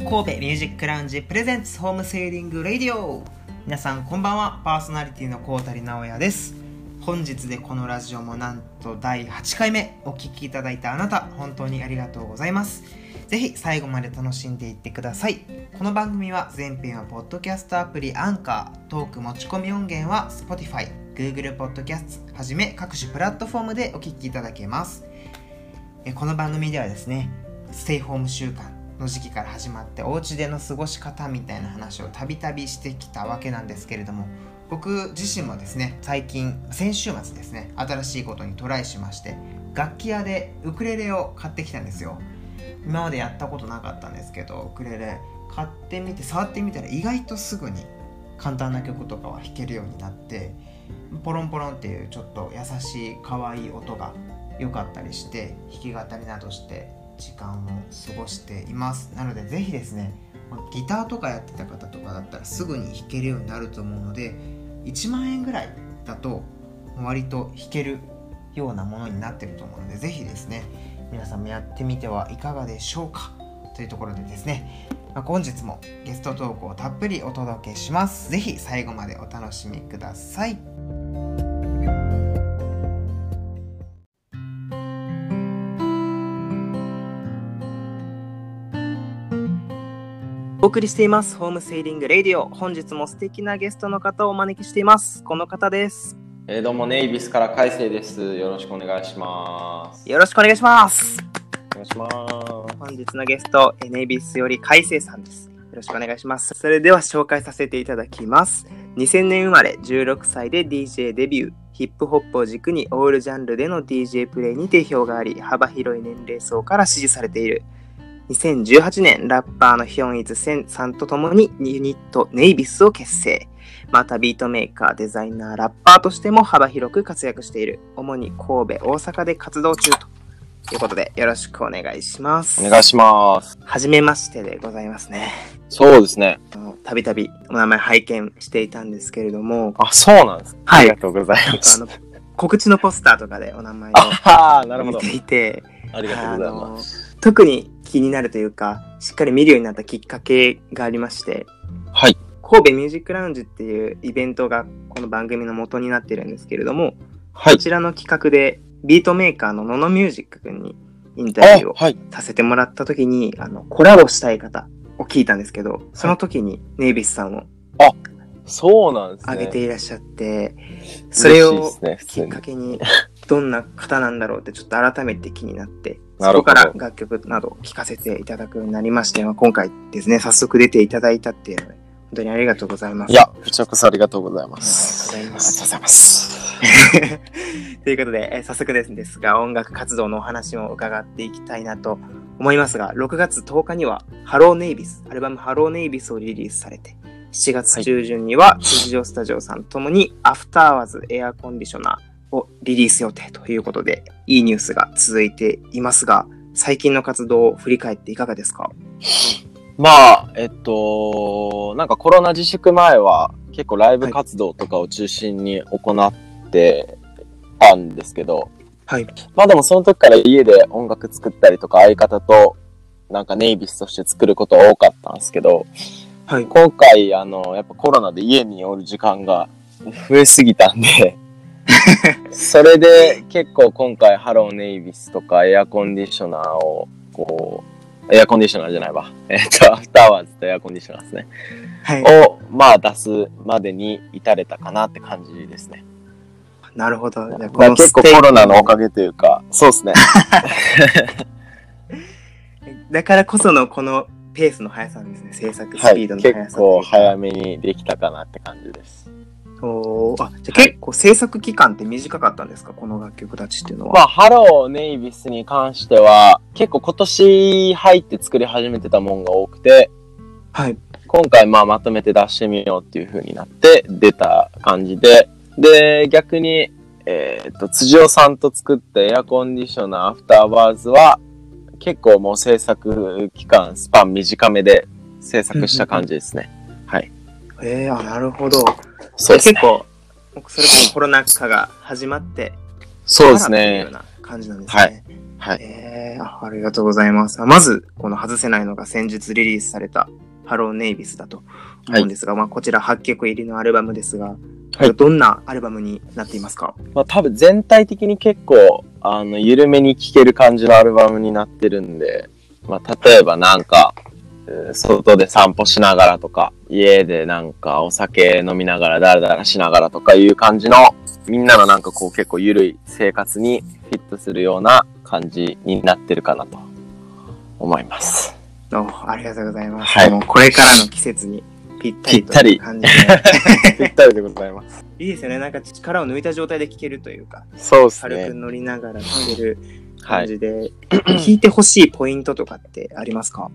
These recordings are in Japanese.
神戸ミュージックラウンジプレゼンツホームセーリングレディオ。皆さんこんばんは。パーソナリティの幸谷直也です。本日でこのラジオもなんと第8回目。お聞きいただいたあなた、本当にありがとうございます。ぜひ最後まで楽しんでいってください。この番組は前編はポッドキャストアプリアンカー、トーク持ち込み音源は Spotify、Google ポッドキャストはじめ各種プラットフォームでお聞きいただけます。この番組ではですね、ステイホーム週間の時期から始まってお家での過ごし方みたいな話をたびたびしてきたわけなんですけれども、僕自身もですね、先週末ですね、新しいことにトライしまして、楽器屋でウクレレを買ってきたんですよ。今までやったことなかったんですけど、ウクレレ買ってみて触ってみたら意外とすぐに簡単な曲とかは弾けるようになって、ポロンポロンっていうちょっと優しい可愛い音が良かったりして、弾き語りなどして時間を過ごしています。なのでぜひですね、ギターとかやってた方とかだったらすぐに弾けるようになると思うので、1万円ぐらいだと割と弾けるようなものになってると思うので、ぜひですね、皆さんもやってみてはいかがでしょうかというところでですね、本日もゲストトークをたっぷりお届けします。ぜひ最後までお楽しみください。お送りしていますホームセーリングレディオ。本日も素敵なゲストの方をお招きしています。この方です。 どうもネイビスから海星です。よろしくお願いします。 よろしくお願いします。 お願いします。 本日のゲスト、ネイビスより海星さんです。よろしくお願いします。それでは紹介させていただきます。2000年生まれ、16歳で DJ デビュー。ヒップホップを軸にオールジャンルでの DJ プレイに定評があり、幅広い年齢層から支持されている。2018年、ラッパーのヒョンイズセンさんと共にユニットネイビスを結成。またビートメーカー、デザイナー、ラッパーとしても幅広く活躍している。主に神戸、大阪で活動中ということで、よろしくお願いします。 お願いします。 はじめましてでございますね。 そうですね。 たびたびお名前拝見していたんですけれども。 あ、そうなんです。 はい。 ありがとうございます。 告知のポスターとかでお名前を見ていて、 ありがとうございます。 特に気になるというか、しっかり見るようになったきっかけがありまして、 はい。 神戸ミュージックラウンジっていうイベントがこの番組の元になってるんですけれども、 はい、 こちらの企画でビートメーカーのノノミュージック君にインタビューをさせてもらった時に、コラボしたい方を聞いたんですけど、その時にネイビスさんをそうなんですね。 挙げていらっしゃって、それをきっかけにどんな方なんだろうってちょっと改めて気になって、そこから楽曲など聴かせていただくようになりまして、今回ですね、早速出ていただいたっていうので、本当にありがとうございます。 いや、こちらこそありがとうございます。 ありがとうございます。ということで、早速ですが、音楽活動のお話も伺っていきたいなと思いますが、6月10日にはハローネイビス、アルバムハローネイビスをリリースされて、7月中旬には日常スタジオさんともにアフターワーズエアコンディショナーをリリース予定ということで、いいニュースが続いていますが、最近の活動を振り返っていかがですか？ まあ、なんかコロナ自粛前は結構ライブ活動とかを中心に行ってたんですけど、 はい。 まあでもその時から家で音楽作ったりとか相方となんかネイビスとして作ることが多かったんですけど、 はい、 今回やっぱコロナで家におる時間が増えすぎたんでそれで結構今回ハローネイビスとかエアコンディショナーをエアコンディショナーじゃないわアフターワーズとエアコンディショナーですね、 はい、 をまあ出すまでに至れたかなって感じですね。 なるほど。 結構コロナのおかげというか、そうですねだからこそのこのペースの速さですね。制作スピードの速さ、はい、 結構早めにできたかなって感じです。 じゃあ結構制作期間って短かったんですか、この楽曲たちっていうのは。 まあハローネイビスに関しては結構今年入って作り始めてたもんが多くて、 はい、 今回まとめて出してみようっていう風になって出た感じで、逆に辻尾さんと作ったエアコンディショナーアフターバーズは結構もう制作期間スパン短めで制作した感じですね。はい。 なるほど。 そうですね。 結構それこそコロナ禍が始まって、 そうですね。 ような感じなんですね。 はい。 はい。 ありがとうございます。まず、この外せないのが先日リリースされたハローネイビスだと思うんですが、こちら8曲入りのアルバムですが、どんなアルバムになっていますか？ 多分全体的に結構、緩めに聴ける感じのアルバムになってるんで、例えばなんか、外で散歩しながらとか、家でなんかお酒飲みながらダラダラしながらとかいう感じの、みんなのなんかこう結構緩い生活にフィットするような感じになってるかなと思います。 ありがとうございます。もうこれからの季節にぴったり感じでぴったりでございます。 いいですよね。なんか力を抜いた状態で聴けるというか、 そうですね。 軽く乗りながら聴ける感じで、聴いてほしいポイントとかってありますか？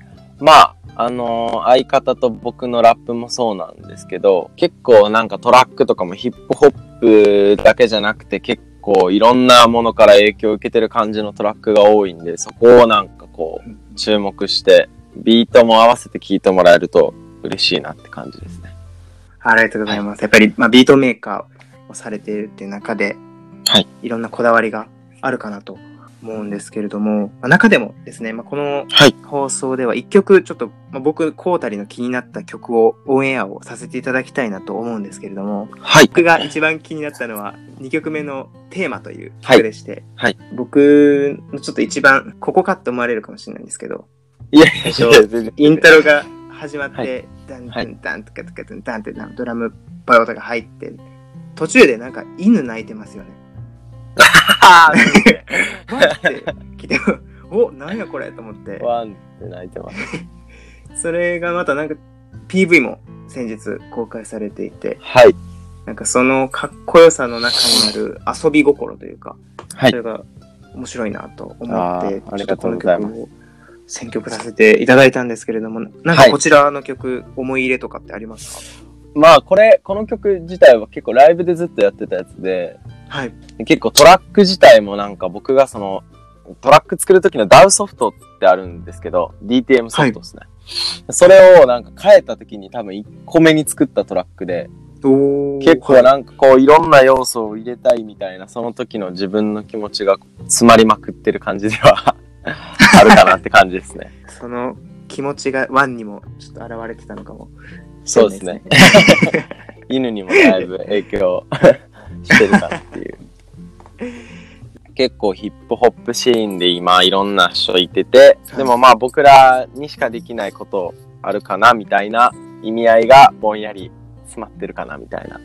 相方と僕のラップもそうなんですけど、結構なんかトラックとかもヒップホップだけじゃなくて結構いろんなものから影響を受けてる感じのトラックが多いんで、そこをなんかこう注目してビートも合わせて聴いてもらえると嬉しいなって感じですね。 ありがとうございます。やっぱり、ビートメーカーをされているっていう中で、いろんなこだわりがあるかなと思うんですけれども、中でもですね、この放送では一曲ちょっと、僕、コータリの気になった曲をオンエアをさせていただきたいなと思うんですけれども、僕が一番気になったのは2曲目のテーマという曲でして、僕のちょっと一番ここかって思われるかもしれないんですけど、イントロが始まって、ダンダンダンとかダンってドラムっぽい音が入って、途中でなんか犬鳴いてますよね。わって来て、なんやこれと思って。 ワンって泣いてます。 それがまたなんか PV も先日公開されていて、なんかそのかっこよさの中にある遊び心というか、それが面白いなと思って、 ありがとうございます。 選曲させていただいたんですけれども、なんかこちらの曲、思い入れとかってありますか？ この曲自体は結構ライブでずっとやってたやつで、結構トラック自体もなんか僕がそのトラック作る時のDAWソフトってあるんですけど、DTM ソフトですね。それをなんか変えた時に多分1個目に作ったトラックで、結構なんかこういろんな要素を入れたいみたいな、その時の自分の気持ちが詰まりまくってる感じではあるかなって感じですね。 その気持ちがワンにもちょっと現れてたのかも。 そうですね。犬にもだいぶ影響してるかなっていう。結構ヒップホップシーンで今いろんな人いてて、でも僕らにしかできないことあるかなみたいな意味合いがぼんやり詰まってるかなみたいな。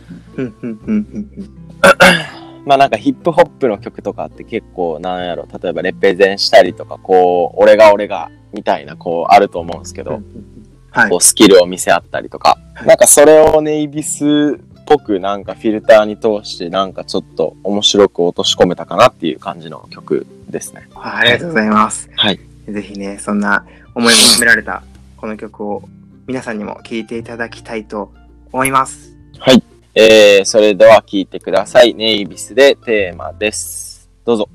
なんかヒップホップの曲とかって結構なんやろ、例えばレペゼンしたりとか、こう俺がみたいなこうあると思うんですけど、こうスキルを見せ合ったりとか、なんかそれをネイビスっぽくなんかフィルターに通してなんかちょっと面白く落とし込めたかなっていう感じの曲ですね。 ありがとうございます。ぜひね、そんな思いも込められたこの曲を皆さんにも聴いていただきたいと思います。 それでは聴いてください。ネイビスでテーマです。どうぞ。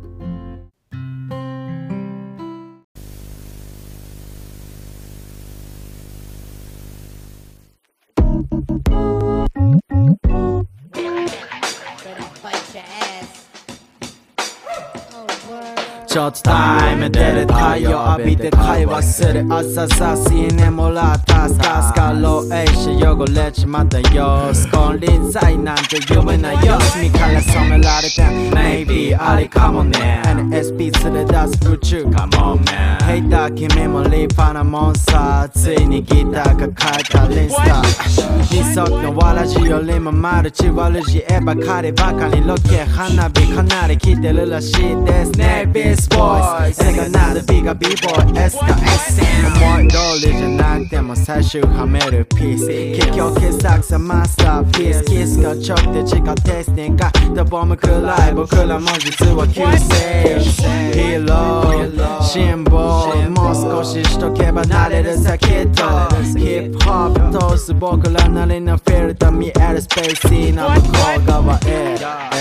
ちょっとタイム出る太陽浴びて会話する朝さすいねもらったスカスカローエーション汚れちまったよスコン臨在なんて夢なよ隅から染められて Maybe ありかもね NSP 連れ出す宇宙かもねヘイター君も立派なもんさついにギター抱えたリンスタ二足のわらじよりもマルチ悪知恵ばかりばかりロケ花火かなり来てるらしいですねBeast Boys 絵がなる B が B-Boy S が SM 思い通りじゃなくても最終はめるピース結局傑作マスターピースキスが直で違うテイスティングがドボムくらい僕らも実は救世ヒーローシンボルもう少ししとけばなれるさきっとヒップホップ通す僕らなりのフィルター見えるスペーシーな向こう側へ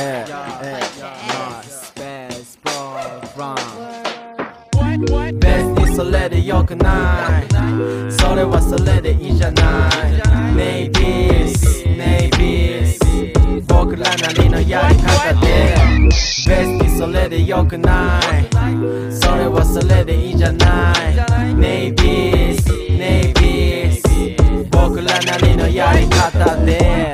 別にそれでよくないそれはそれでいいじゃないネイビスネイビス僕らなりのやり方で別にそれでよくない、それはそれでいいじゃない。ネイビーズネイビーズ僕らなりのやり方で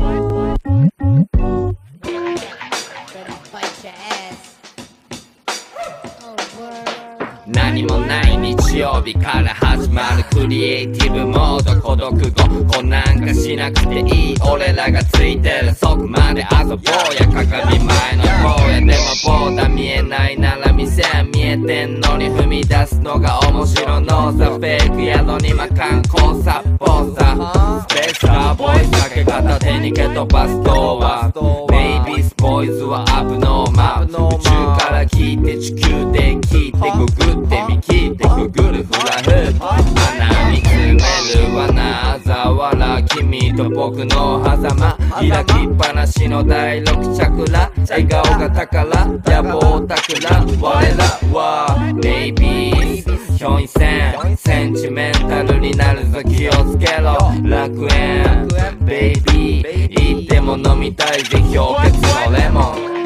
何もない日曜日から始まるクリエイティブモード孤独語こうなんかしなくていい俺らがついてるそこまで遊ぼうや鏡前の坊やでもボーダー見えないなら店見えてんのに踏み出すのが面白のさフェイク宿にま観光サポーサースペースカーボーイ酒片手に蹴飛ばすドアネイビースボーイズはアブノーマル宇宙から聞いて地球で聞いてググって見聞いてググるフラフ穴見つめる罠あざ笑君と僕の狭間開きっぱなしの第6チャクラ笑顔が宝野望たくら我らはネイビー表意線センチメンタルになるぞ気をつけろ楽園ベイビー言っても飲みたいぜ氷結のレモン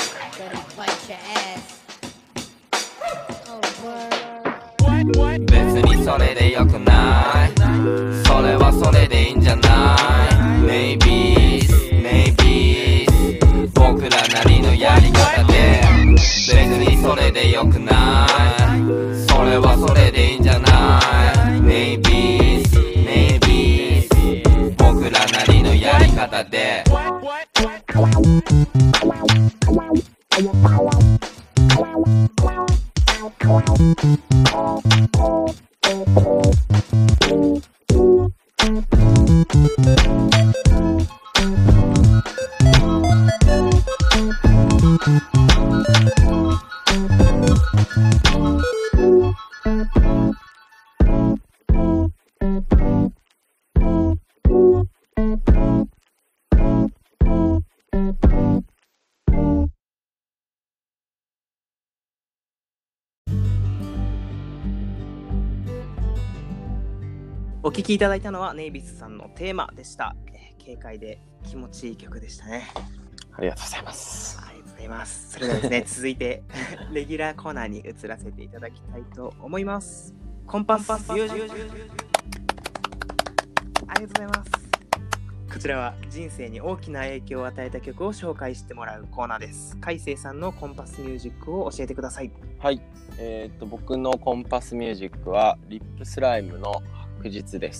別にそれでよくないそれはそれでいいんじゃないネイビーズネイビーズ僕らなりのやり方で別にそれでよくないそれはそれでいいんじゃないネイビーズネイビーズ僕らなりのやり方でお聴きいただいたのはネイビスさんのテーマでした。軽快で気持ちいい曲でしたね。 ありがとうございます。 ありがとうございます。それではですね、続いてレギュラーコーナーに移らせていただきたいと思います。コンパスミュージック。ありがとうございます。こちらは人生に大きな影響を与えた曲を紹介してもらうコーナーです。海星さんのコンパスミュージックを教えてください。 はい、僕のコンパスミュージックはリップスライムの白日です。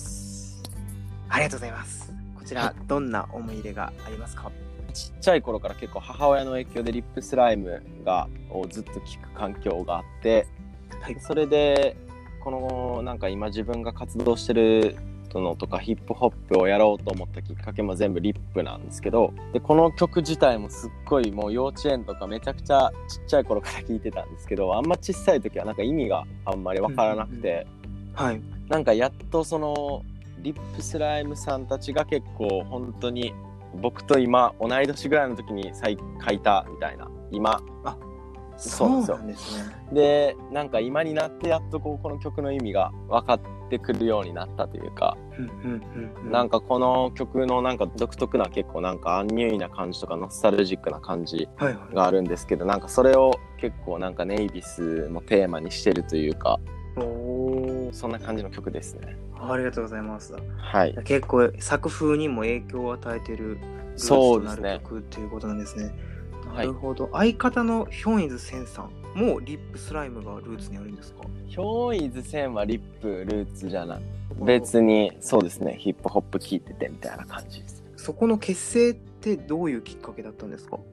ありがとうございます。こちらどんな思い入れがありますか？ ちっちゃい頃から結構母親の影響でリップスライムをずっと聴く環境があって、はい、それでこのなんか今自分が活動してるのとかヒップホップをやろうと思ったきっかけも全部リップなんですけど、でこの曲自体もすっごいもう幼稚園とかめちゃくちゃちっちゃい頃から聴いてたんですけど、あんま小さい時はなんか意味があんまり分からなくて、 はい、 なんかやっとそのリップスライムさんたちが結構本当に僕と今同い年ぐらいの時に書いたみたいな今そうなんですね。 でなんか今になってやっとこの曲の意味が分かってくるようになったというか、なんかこの曲のなんか独特な結構なんかアンニュイな感じとかノスタルジックな感じがあるんですけど、なんかそれを結構なんかネイビスのテーマにしてるというか、そんな感じの曲ですね。 ありがとうございます。 はい。 結構作風にも影響を与えているルーツとなる曲っていうことなんですね。なるほど。はい、相方のヒョンイズセンさんもリップスライムがルーツにあるんですか？ ヒョンイズセンはリップルーツじゃない。別にそうですね、ヒップホップ聴いててみたいな感じです。 そこの結成ってどういうきっかけだったんですか？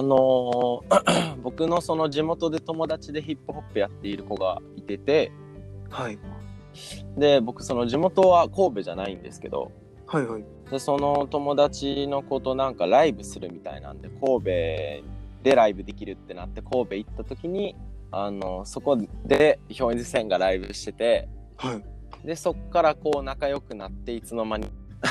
僕のその地元で友達でヒップホップやっている子がいてて、 はい。 で僕その地元は神戸じゃないんですけど、 はいはい。 でその友達の子となんかライブするみたいなんで神戸でライブできるってなって神戸行った時にそこでヒョンイズセンがライブしてて、 はい、 でそっからこう仲良くなっていつの間に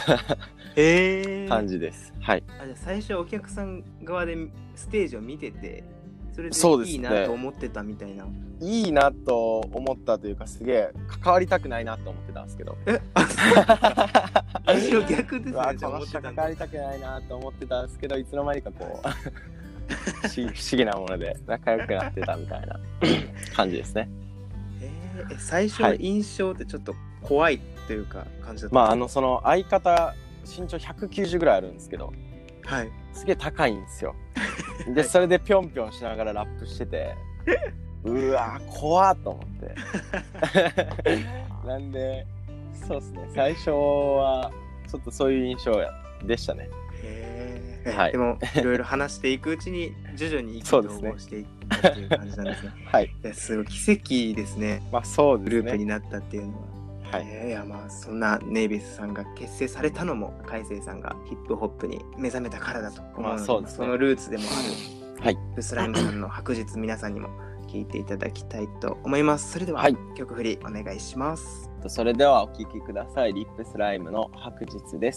感じです。はい。 じゃあ最初お客さん側でステージを見てて、それでいいなと思ってたみたいな。 いいなと思ったというか、すげえ関わりたくないなと思ってたんですけど。 むしろ逆ですね。 この人関わりたくないなと思ってたんですけど、いつの間にかこう不思議なもので仲良くなってたみたいな感じですね。 最初の印象ってちょっと怖いというか感じだった。 その相方身長190ぐらいあるんですけど、 はい、 すげえ高いんですよ。でそれでぴょんぴょんしながらラップしててうわ怖っと思ってなんでそうですね、最初はちょっとそういう印象でしたね。 はい、でもいろいろ話していくうちに徐々に意気投合していったっていう感じなんですね。 はい、 すごい奇跡ですね。 そうですね、 グループになったっていうのは。はい、いやそんなネイビスさんが結成されたのも海星さんがヒップホップに目覚めたからだと思うので、 そうですね、 そのルーツでもある、 はい、 ルスライムさんの白日皆さんにも聴いていただきたいと思います。それでは、 はい、 曲振りお願いします。 それではお聴きください。リップスライムの白日です。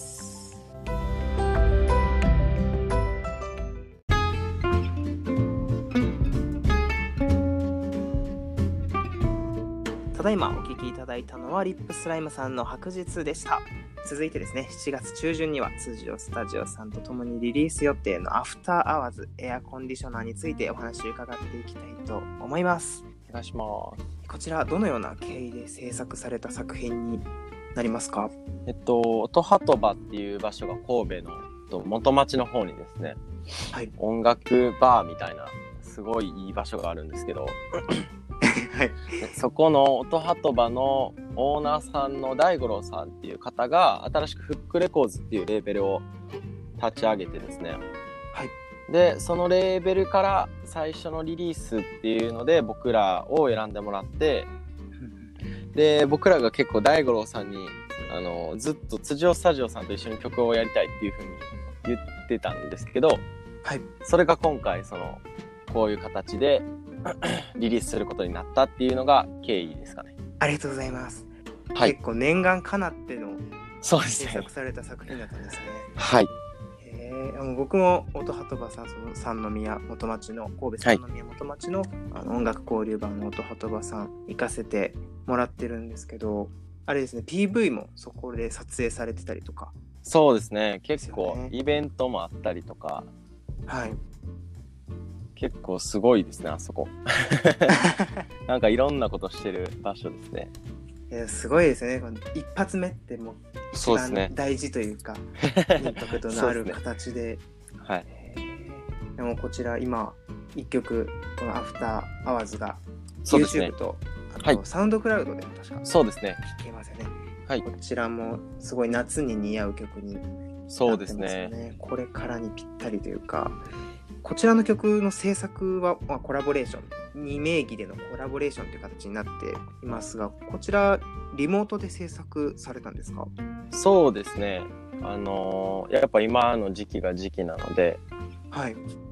ただいまお聴きいただいたのはリップスライムさんの白日でした。続いてですね、7月中旬には辻尾スタジオさんと共にリリース予定のアフターアワーズエアコンディショナーについてお話を伺っていきたいと思います。 お願いします。 こちらどのような経緯で制作された作品になりますか？ 音鳩場っていう場所が神戸の元町の方にですね、 はい、 音楽バーみたいなすごいいい場所があるんですけどはい、 そこの音鳩場のオーナーさんの大五郎さんっていう方が新しくフックレコーズっていうレーベルを立ち上げてですね、 はい、 でそのレーベルから最初のリリースっていうので僕らを選んでもらって、で僕らが結構大五郎さんにずっと辻尾スタジオさんと一緒に曲をやりたいっていう風に言ってたんですけど、 はい、 それが今回こういう形でリリースすることになったっていうのが経緯ですかね。 ありがとうございます。 はい、 結構念願かなってのそうですね、 制作された作品だったんですね。 はい。 僕も音鳩場さん、三宮元町の神戸三宮元町の、音楽交流版の音鳩場さん行かせてもらってるんですけど、あれですね、 PV もそこで撮影されてたりとか。 そうですね、結構イベントもあったりとか、 はい、 結構すごいですね、あそこなんかいろんなことしてる場所ですね。 すごいですね。一発目ってもう一番大事というか、インパクトのある形で。 はい。 でもこちら今一曲このアフターアワーズが YouTube と、あとサウンドクラウドで確かそうですね。 聴けますよね。 はい。 こちらもすごい夏に似合う曲になってますよね。 そうですね。 これからにぴったりというか。こちらの曲の制作は、コラボレーション、2名義でのコラボレーションという形になっていますが、こちらリモートで制作されたんですか？ そうですね。やっぱ今の時期が時期なので、 はい。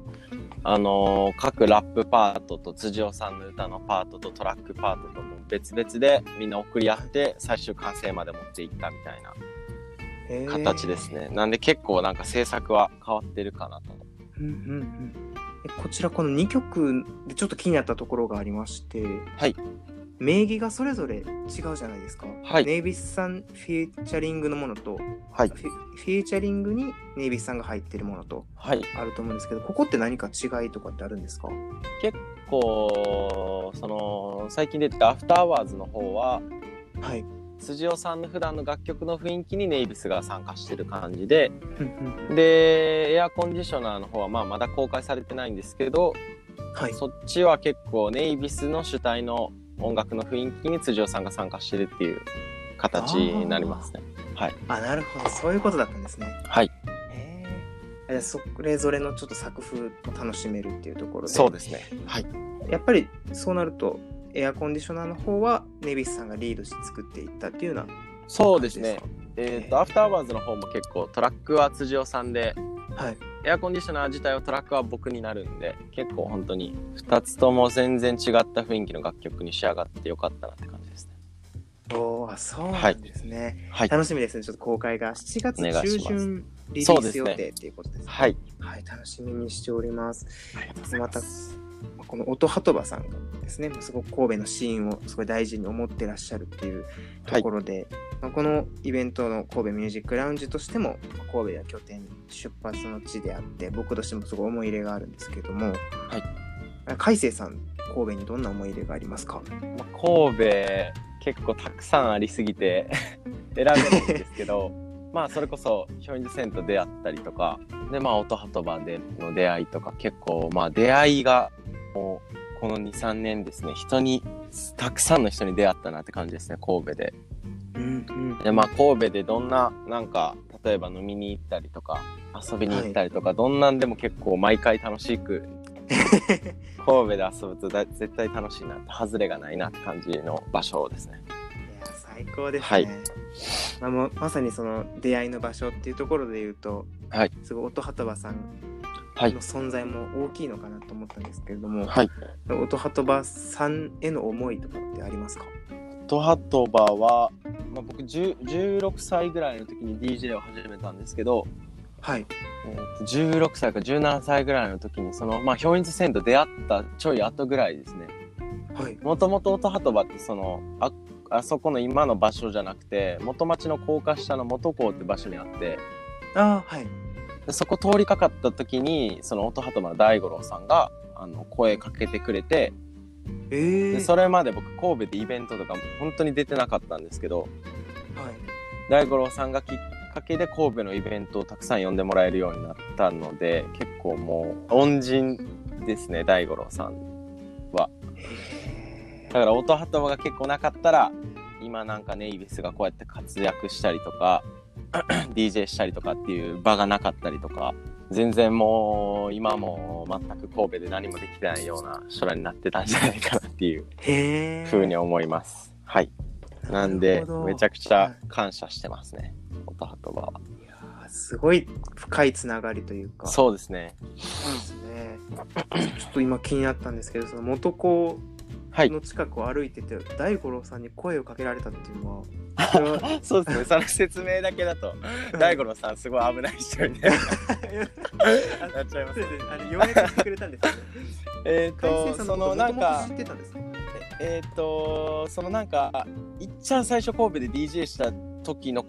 各ラップパートと辻尾さんの歌のパートとトラックパートとも別々でみんな送り合って最終完成まで持っていったみたいな形ですね。なんで結構なんか制作は変わってるかなと。 こちらこの2曲でちょっと気になったところがありまして、 はい、 名義がそれぞれ違うじゃないですか。 はい、 ネイビスさんフィーチャリングのものと、 はい、 フィーチャリングにネイビスさんが入ってるものとあると思うんですけど、ここって何か違いとかってあるんですか？ 結構最近出てたアフターアワーズの方は、 はい、 辻尾さんの普段の楽曲の雰囲気にネイビスが参加してる感じででエアコンディショナーの方はまだ公開されてないんですけど、 はい、 そっちは結構ネイビスの主体の音楽の雰囲気に辻尾さんが参加してるっていう形になりますね。はい。 なるほど、そういうことだったんですね。 はい。 それぞれのちょっと作風を楽しめるっていうところで。 そうですね。はい。 やっぱりそうなるとエアコンディショナーの方はネイビスさんがリードして作っていったっていうような。 そうですね。アフターアワーズの方も結構トラックは辻尾さんで、 はい、 エアコンディショナー自体はトラックは僕になるんで、結構本当に2つとも全然違った雰囲気の楽曲に仕上がってよかったなって感じですね。 そうなんですね、はい、楽しみですね。ちょっと公開が7月中旬リリース予定っていうことですね。 はい、 はい、楽しみにしております。 ありがとうございます。 この音鳩場さんがですね、すごく神戸のシーンをすごい大事に思ってらっしゃるっていうところで、このイベントの神戸ミュージックラウンジとしても神戸が拠点出発の地であって、僕としてもすごい思い入れがあるんですけども、海星さん、神戸にどんな思い入れがありますか？ 神戸結構たくさんありすぎて選べないんですけどそれこそヒョンジュセンと出会ったりとかで、音鳩場での出会いとか、結構出会いがもうこの 2,3 年ですね、たくさんの人に出会ったなって感じですね、神戸で。で神戸でどんな例えば飲みに行ったりとか遊びに行ったりとか、どんなんでも結構毎回楽しく神戸で遊ぶと絶対楽しいなって、外れがないなって感じの場所ですね。 いや最高ですね。もうまさにその出会いの場所っていうところで言うと、すごい音鳩場さんの存在も大きいのかなと思ったんですけれども、音鳩場さんへの思いとかってありますか？ 音鳩場は、僕16歳ぐらいの時に DJ を始めたんですけど、16歳か17歳ぐらいの時にヒョンジュセンと出会ったちょい後ぐらいですね。もともと音鳩場ってあそこの今の場所じゃなくて、元町の高架下の元港って場所にあって、でそこ通りかかった時にその音鳩場の大五郎さんが声かけてくれて、でそれまで僕神戸でイベントとか本当に出てなかったんですけど、大五郎さんがきっかけで神戸のイベントをたくさん呼んでもらえるようになったので、結構もう恩人ですね、大五郎さんは。だから音鳩場が結構なかったら、今ネイビスがこうやって活躍したりとかDJ したりとかっていう場がなかったりとか、全然もう今も全く神戸で何もできてないような空になってたんじゃないかなっていうふうに思います。なんでめちゃくちゃ感謝してますね、音鳩場は。 いやすごい深いつながりというか。 そうですね。 ちょっと今気になったんですけど、その元子の近くを歩いてて、大五郎さんに声をかけられたっていうのはそうですね、その説明だけだと大五郎さんすごい危ない人になっちゃいます。 予約してくれたんですよね。 そのいっちゃん最初神戸で DJ した時の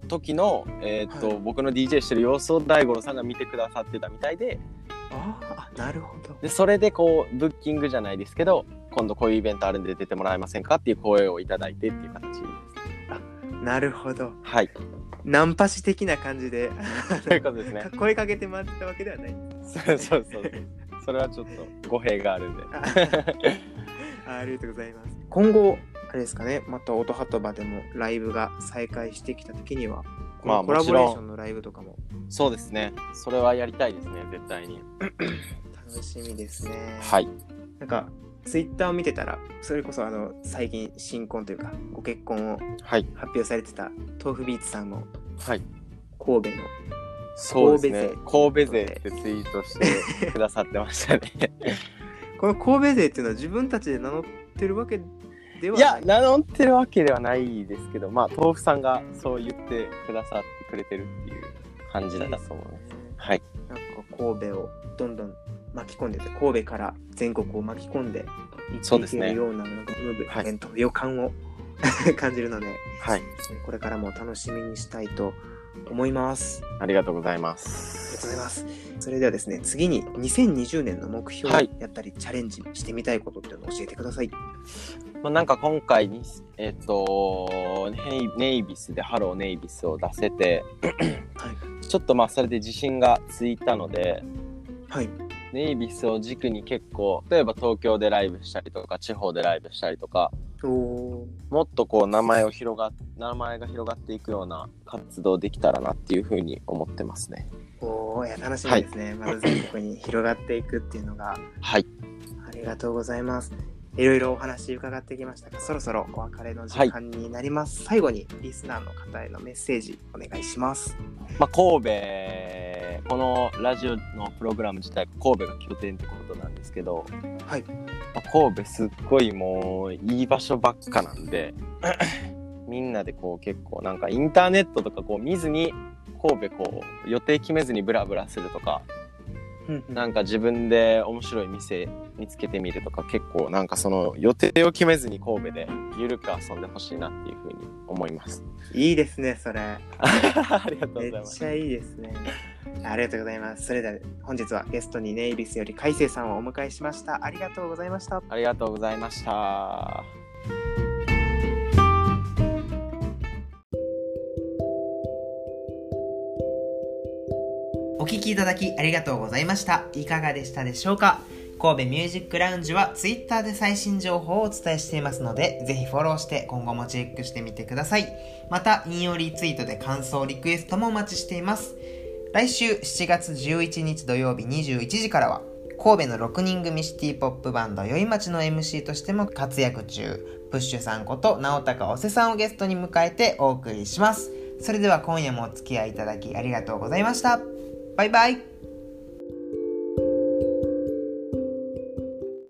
僕の DJ してる様子を大五郎さんが見てくださってたみたいで、 なるほど。 でそれでこうブッキングじゃないですけど、今度こういうイベントあるんで出てもらえませんかっていう声をいただいてっていう形です。 なるほど。ナンパ師的な感じでそういうことですね。 声かけてもらってたわけではない。 そうそれはちょっと語弊があるんでありがとうございます。今後あれですかね、また音鳩場でもライブが再開してきた時には、コラボレーションのライブとかも。 そうですね、それはやりたいですね、絶対に。 楽しみですね。ツイッターを見てたら、それこそ最近新婚というかご結婚を発表されてた豆腐ビーツさんも、神戸のそうですね、神戸勢ってツイートしてくださってましたねこの神戸勢っていうのは自分たちで名乗ってるわけではない？ いや、名乗ってるわけではないですけど、豆腐さんがそう言ってくださってくれてるっていう感じだと思います。 神戸をどんどん巻き込んでて、神戸から全国を巻き込んでいっていけるようなムーブメント、予感を感じるので、これからも楽しみにしたいと思います。 ありがとうございます。 ありがとうございます。それではですね、次に2020年の目標やったりチャレンジしてみたいことっていうのを教えてください。 今回にネイビスでハローネイビスを出せてちょっとそれで自信がついたので、ネイビスを軸に結構、例えば東京でライブしたりとか地方でライブしたりとか、もっとこう名前が広がっていくような活動できたらなっていうふうに思ってますね。 いや楽しみですね。まず全国に広がっていくっていうのが。ありがとうございます。いろいろお話伺ってきましたが、そろそろお別れの時間になります。最後にリスナーの方へのメッセージお願いします。 神戸、このラジオのプログラム自体が神戸が拠点ってことなんですけど、神戸すっごいもういい場所ばっかなんでみんなでこう結構インターネットとかこう見ずに神戸こう予定決めずにブラブラするとか、 なんか自分で面白い店見つけてみるとか、結構なんかその予定を決めずに神戸でゆるく遊んでほしいなっていうふうに思います。 いいですね、それ。 ありがとうございます。 めっちゃいいですね。ありがとうございます。それでは本日はゲストにネイビスより海星さんをお迎えしました。ありがとうございました。 ありがとうございました。 お聞きいただきありがとうございました。いかがでしたでしょうか。神戸ミュージックラウンジは Twitter で最新情報をお伝えしていますので、ぜひフォローして今後もチェックしてみてください。また引用リツイートで感想リクエストもお待ちしています。来週7月11日土曜日21時からは神戸の6人組シティポップバンドよいまちの MC としても活躍中、プッシュさんこと直高おせさんをゲストに迎えてお送りします。それでは今夜もお付き合いいただきありがとうございました。バイバイ。